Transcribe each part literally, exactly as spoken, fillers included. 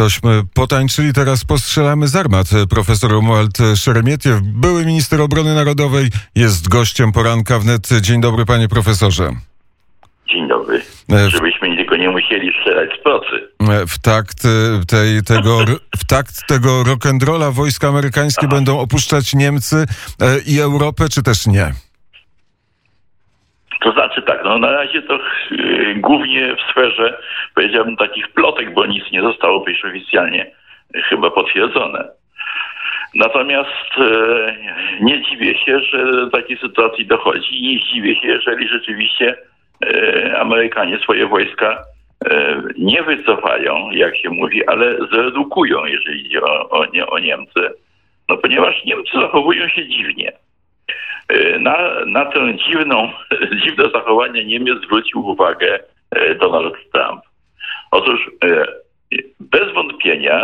Tośmy potańczyli, teraz postrzelamy z armat. Profesor Romuald Szeremietiew, były minister obrony narodowej, jest gościem poranka wnet. Dzień dobry, panie profesorze. Dzień dobry. Żebyśmy tylko nie musieli strzelać z procy. W takt, tej, tego, w takt tego rock'n'rolla wojska amerykańskie Aha. będą opuszczać Niemcy i Europę, czy też nie? To znaczy tak, no na razie to yy, głównie w sferze, powiedziałbym, takich plotek, bo nic nie zostało już oficjalnie yy, chyba potwierdzone. Natomiast yy, nie dziwię się, że do takiej sytuacji dochodzi i nie dziwię się, jeżeli rzeczywiście yy, Amerykanie swoje wojska yy, nie wycofają, jak się mówi, ale zredukują, jeżeli idzie o, o, nie, o Niemcy. No ponieważ Niemcy zachowują się dziwnie. Na, na tę dziwną, dziwne zachowanie Niemiec zwrócił uwagę Donald Trump. Otóż bez wątpienia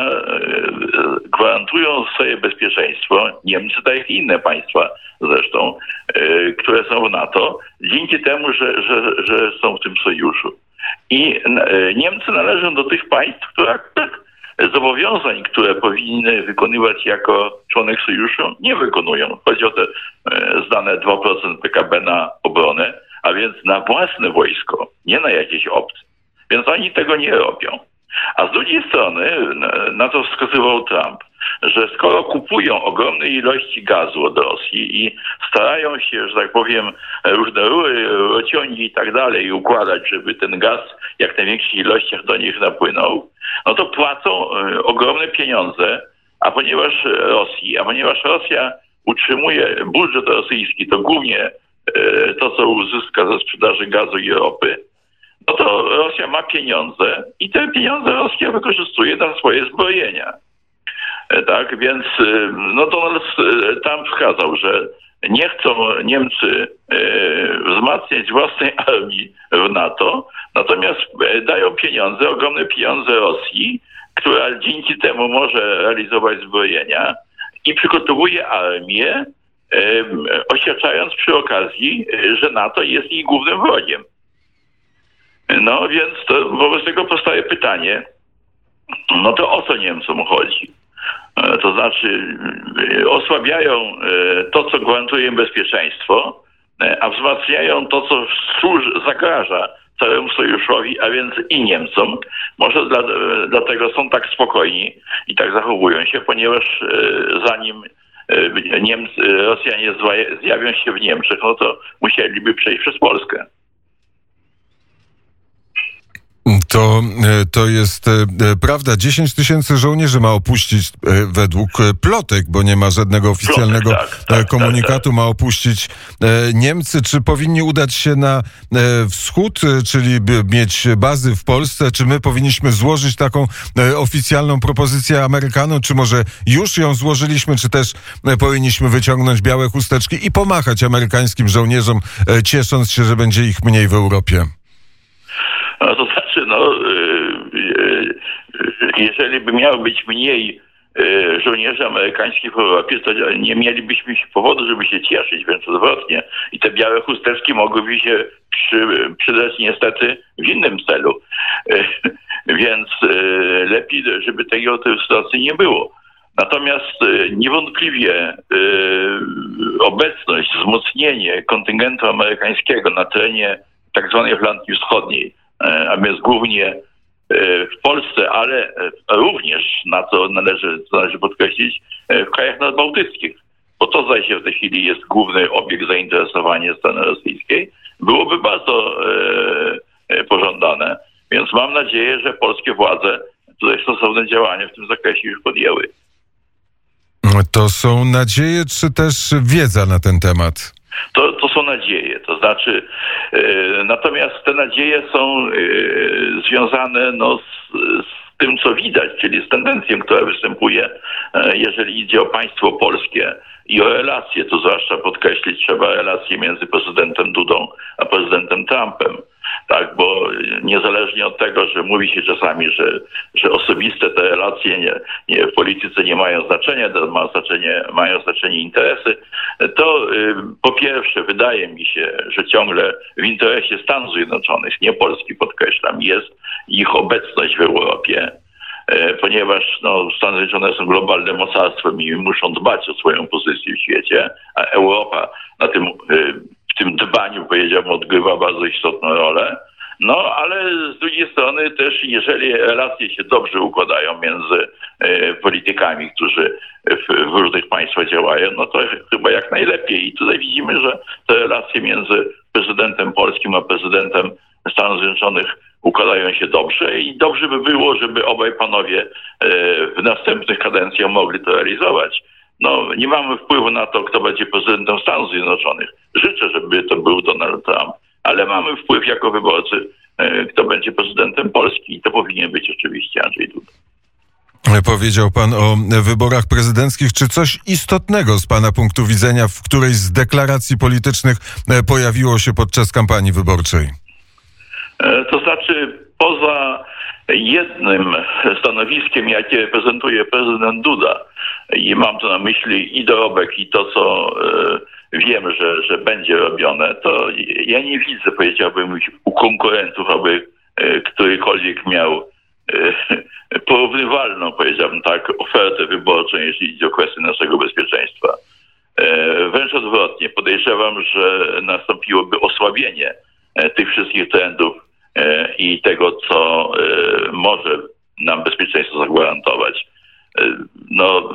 gwarantują swoje bezpieczeństwo Niemcy, tak jak i inne państwa zresztą, które są w NATO, dzięki temu, że, że, że są w tym sojuszu. I Niemcy należą do tych państw, które zobowiązań, które powinny wykonywać jako członek sojuszu, nie wykonują. Chodzi o te zdane dwa procent P K B na obronę, a więc na własne wojsko, nie na jakieś obce. Więc oni tego nie robią. A z drugiej strony, na to wskazywał Trump, że skoro kupują ogromne ilości gazu od Rosji i starają się, że tak powiem, różne rury, rurociągi i tak dalej układać, żeby ten gaz w jak największych ilościach do nich napłynął, no to płacą ogromne pieniądze, a ponieważ Rosji, a ponieważ Rosja utrzymuje budżet rosyjski, to głównie to, co uzyska ze sprzedaży gazu i ropy, no to Rosja ma pieniądze i te pieniądze Rosja wykorzystuje na swoje zbrojenia. Tak, więc no Donald Trump wskazał, że nie chcą Niemcy wzmacniać własnej armii w NATO, natomiast dają pieniądze, ogromne pieniądze Rosji, która dzięki temu może realizować zbrojenia i przygotowuje armię, oświadczając przy okazji, że NATO jest jej głównym wrogiem. No więc to, wobec tego powstaje pytanie, no to o co Niemcom chodzi? To znaczy osłabiają to, co gwarantuje im bezpieczeństwo, a wzmacniają to, co służy, zagraża całemu sojuszowi, a więc i Niemcom. Może dla, dlatego są tak spokojni i tak zachowują się, ponieważ zanim Niemcy, Rosjanie zjawią się w Niemczech, no to musieliby przejść przez Polskę. To, to jest prawda. dziesięć tysięcy żołnierzy ma opuścić według plotek, bo nie ma żadnego oficjalnego plotek, tak, tak, komunikatu, tak, tak. ma opuścić Niemcy. Czy powinni udać się na wschód, czyli mieć bazy w Polsce? Czy my powinniśmy złożyć taką oficjalną propozycję Amerykanom? Czy może już ją złożyliśmy, czy też powinniśmy wyciągnąć białe chusteczki i pomachać amerykańskim żołnierzom, ciesząc się, że będzie ich mniej w Europie? No to znaczy, no, jeżeli by miało być mniej żołnierzy amerykańskich w Europie, to nie mielibyśmy powodu, żeby się cieszyć, wręcz odwrotnie. I te białe chusteczki mogłyby się przy, przydać niestety w innym celu. Więc lepiej, żeby tego tej sytuacji nie było. Natomiast niewątpliwie obecność, wzmocnienie kontyngentu amerykańskiego na terenie tak zwanej Flandrii Wschodniej, a więc głównie w Polsce, ale również, na co należy, co należy podkreślić, w krajach nadbałtyckich, bo to zdaje się w tej chwili jest główny obiekt zainteresowania strony rosyjskiej, byłoby bardzo e, pożądane. Więc mam nadzieję, że polskie władze tutaj stosowne działania w tym zakresie już podjęły. To są nadzieje, czy też wiedza na ten temat? To, to są nadzieje, to znaczy e, natomiast te nadzieje są e, związane no, z, z tym, co widać, czyli z tendencją, która występuje, e, jeżeli idzie o państwo polskie i o relacje, to zwłaszcza podkreślić trzeba relacje między prezydentem Dudą a prezydentem Trumpem. Tak, bo niezależnie od tego, że mówi się czasami, że, że osobiste te relacje nie, nie, w polityce nie mają znaczenia, ma znaczenie, mają znaczenie interesy, to y, po pierwsze wydaje mi się, że ciągle w interesie Stanów Zjednoczonych, nie Polski podkreślam, jest ich obecność w Europie. ponieważ no, Stany Zjednoczone są globalnym mocarstwem i muszą dbać o swoją pozycję w świecie, a Europa na tym, w tym dbaniu, powiedziałbym, odgrywa bardzo istotną rolę. No, ale z drugiej strony też, jeżeli relacje się dobrze układają między e, politykami, którzy w, w różnych państwach działają, no to chyba jak najlepiej. I tutaj widzimy, że te relacje między prezydentem polskim a prezydentem Stanów Zjednoczonych układają się dobrze i dobrze by było, żeby obaj panowie e, w następnych kadencjach mogli to realizować. No, nie mamy wpływu na to, kto będzie prezydentem Stanów Zjednoczonych. Życzę, żeby to był Donald Trump. Ale mamy wpływ jako wyborcy, kto będzie prezydentem Polski. I to powinien być oczywiście Andrzej Duda. Powiedział pan o wyborach prezydenckich. Czy coś istotnego z pana punktu widzenia w którejś z deklaracji politycznych pojawiło się podczas kampanii wyborczej? To znaczy, poza jednym stanowiskiem, jakie prezentuje prezydent Duda, i mam tu na myśli i dorobek, i to, co wiem, że, że będzie robione, to ja nie widzę, powiedziałbym, u konkurentów, aby którykolwiek miał porównywalną, powiedziałbym tak, ofertę wyborczą, jeśli idzie o kwestię naszego bezpieczeństwa. Wręcz odwrotnie, podejrzewam, że nastąpiłoby osłabienie tych wszystkich trendów i tego, co może nam bezpieczeństwo zagwarantować. No,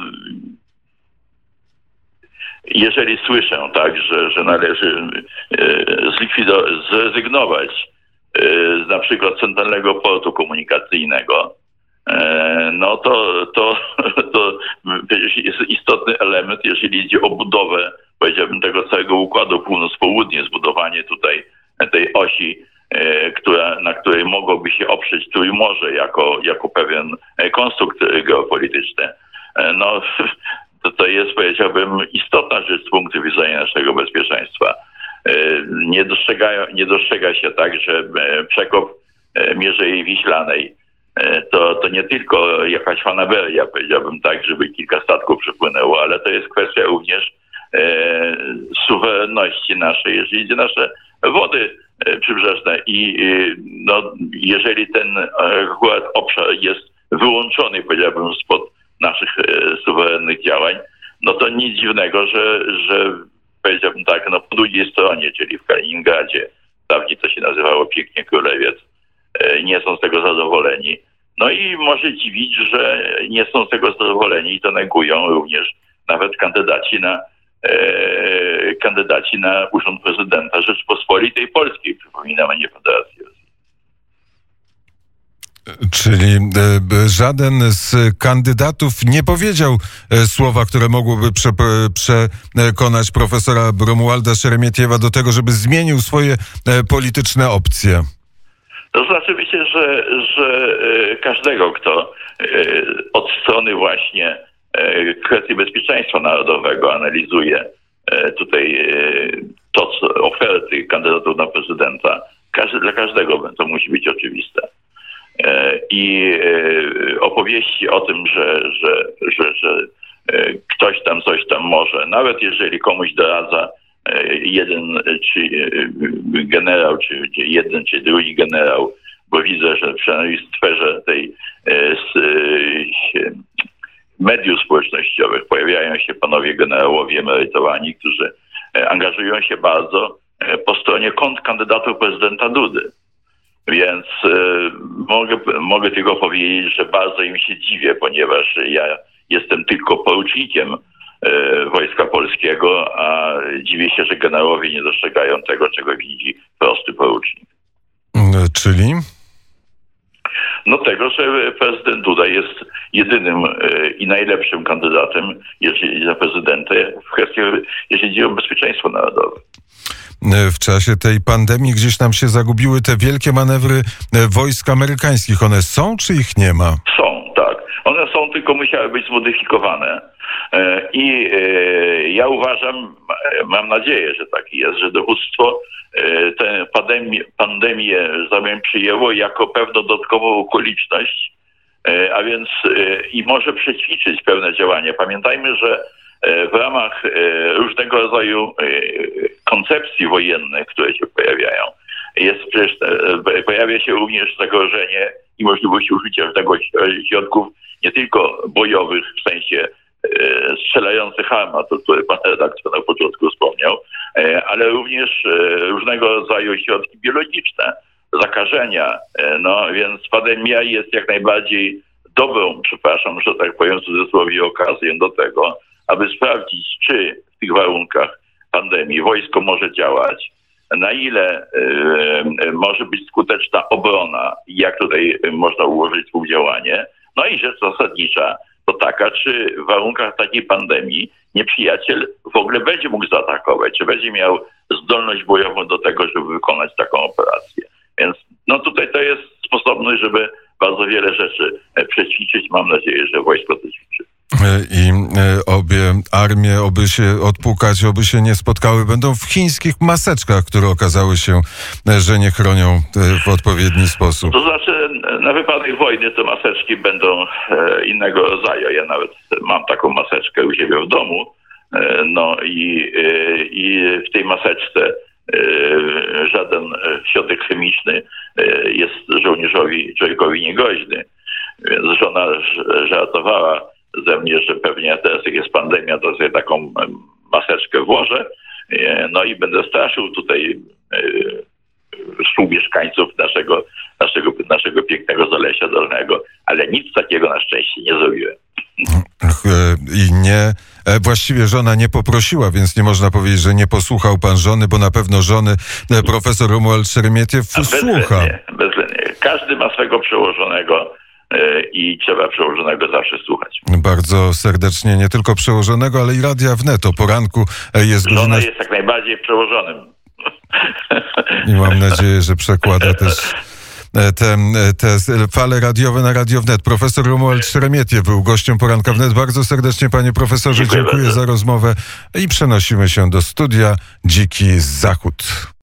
jeżeli słyszę tak, że, że należy zlikwidować, zrezygnować z na przykład Centralnego Portu Komunikacyjnego, no to, to, to jest istotny element, jeżeli idzie o budowę, powiedziałbym, tego całego układu północ-południe, zbudowanie tutaj tej osi, która, na której mogłoby się oprzeć Trójmorze jako, jako pewien konstrukt geopolityczny. No, to, to jest, powiedziałbym, istotna rzecz z punktu widzenia naszego bezpieczeństwa. Nie, dostrzegają, nie dostrzega się tak, że przekop Mierzei Wiślanej to, to nie tylko jakaś fanaberia, powiedziałbym tak, żeby kilka statków przepłynęło, ale to jest kwestia również e, suwerenności naszej, jeżeli idzie nasze wody przybrzeżne i no, jeżeli ten akurat obszar jest wyłączony, powiedziałbym, spod naszych e, suwerennych działań, no to nic dziwnego, że, że powiedziałbym tak, no po drugiej stronie, czyli w Kaliningradzie, dawniej to się nazywało pięknie Królewiec, e, nie są z tego zadowoleni. No i może dziwić, że nie są z tego zadowoleni i to negują również nawet kandydaci na e, kandydaci na urząd prezydenta Rzeczpospolitej Polskiej, przypominam, a nie Federacji Rosyjskiej. Czyli e, żaden z kandydatów nie powiedział e, słowa, które mogłoby prze, przekonać profesora Romualda Szeremietiewa do tego, żeby zmienił swoje e, polityczne opcje. To znaczy, myślę, że, że każdego, kto od strony właśnie kwestii bezpieczeństwa narodowego analizuje tutaj to, co oferty kandydatów na prezydenta, każdy, dla każdego to musi być oczywiste. I opowieści o tym, że, że, że, że ktoś tam coś tam może, nawet jeżeli komuś doradza jeden czy generał, czy jeden czy drugi generał, bo widzę, że przynajmniej w sferze tej z, mediów społecznościowych pojawiają się panowie generałowie emerytowani, którzy angażują się bardzo po stronie kontrkandydatów prezydenta Dudy. Więc mogę, mogę tylko powiedzieć, że bardzo im się dziwię, ponieważ ja jestem tylko porucznikiem Wojska Polskiego, a dziwię się, że generałowie nie dostrzegają tego, czego widzi prosty porucznik. Czyli? No tego, że prezydent Duda jest jedynym i najlepszym kandydatem, jeżeli za prezydenta, w kwestii, jeżeli chodzi o bezpieczeństwo narodowe. W czasie tej pandemii gdzieś nam się zagubiły te wielkie manewry wojsk amerykańskich. One są, czy ich nie ma? Są, tak. One są, tylko musiały być zmodyfikowane. I ja uważam, mam nadzieję, że tak jest, że dowództwo tę pandemię, pandemię zamian przyjęło jako pewną dodatkową okoliczność, a więc i może przećwiczyć pewne działania. Pamiętajmy, że w ramach różnego rodzaju koncepcji wojennych, które się pojawiają, jest przecież, pojawia się również zagrożenie i możliwości użycia tego środków nie tylko bojowych w sensie e, strzelających armat, o której pan redaktor na początku wspomniał, e, ale również e, różnego rodzaju środki biologiczne, zakażenia. E, no więc pandemia jest jak najbardziej dobrą, przepraszam, że tak powiem w cudzysłowie, okazję do tego, aby sprawdzić, czy w tych warunkach pandemii wojsko może działać, na ile y, może być skuteczna obrona i jak tutaj można ułożyć współdziałanie. No i rzecz zasadnicza to taka, czy w warunkach takiej pandemii nieprzyjaciel w ogóle będzie mógł zaatakować, czy będzie miał zdolność bojową do tego, żeby wykonać taką operację. Więc no tutaj to jest sposobność, żeby bardzo wiele rzeczy przećwiczyć. Mam nadzieję, że wojsko to ćwiczy. I obie armie, oby się odpukać, oby się nie spotkały, będą w chińskich maseczkach, które okazały się, że nie chronią w odpowiedni sposób. To znaczy, na wypadek wojny te maseczki będą innego rodzaju. Ja nawet mam taką maseczkę u siebie w domu. No i, i w tej maseczce żaden środek chemiczny jest żołnierzowi, człowiekowi niegroźny. Więc żona żartowała ze mnie, że pewnie teraz jak jest pandemia, to sobie taką maseczkę włożę, no i będę straszył tutaj współmieszkańców naszego, naszego, naszego pięknego Zalesia Dolnego, ale nic takiego na szczęście nie zrobiłem. I nie, właściwie żona nie poprosiła, więc nie można powiedzieć, że nie posłuchał pan żony, bo na pewno żony profesor Romuald Szeremietiew słucha. Bezwzględnie. Każdy ma swego przełożonego i trzeba przełożonego zawsze słuchać. Bardzo serdecznie, nie tylko przełożonego, ale i Radia Wnet o poranku jest Żona godzina... jest jak najbardziej przełożonym. I mam nadzieję, że przekłada też te, te fale radiowe na Radio Wnet. Profesor Romuald Szeremietiew był gościem Poranka Wnet. Bardzo serdecznie, panie profesorze, dziękuję, dziękuję za rozmowę i przenosimy się do studia Dziki Zachód.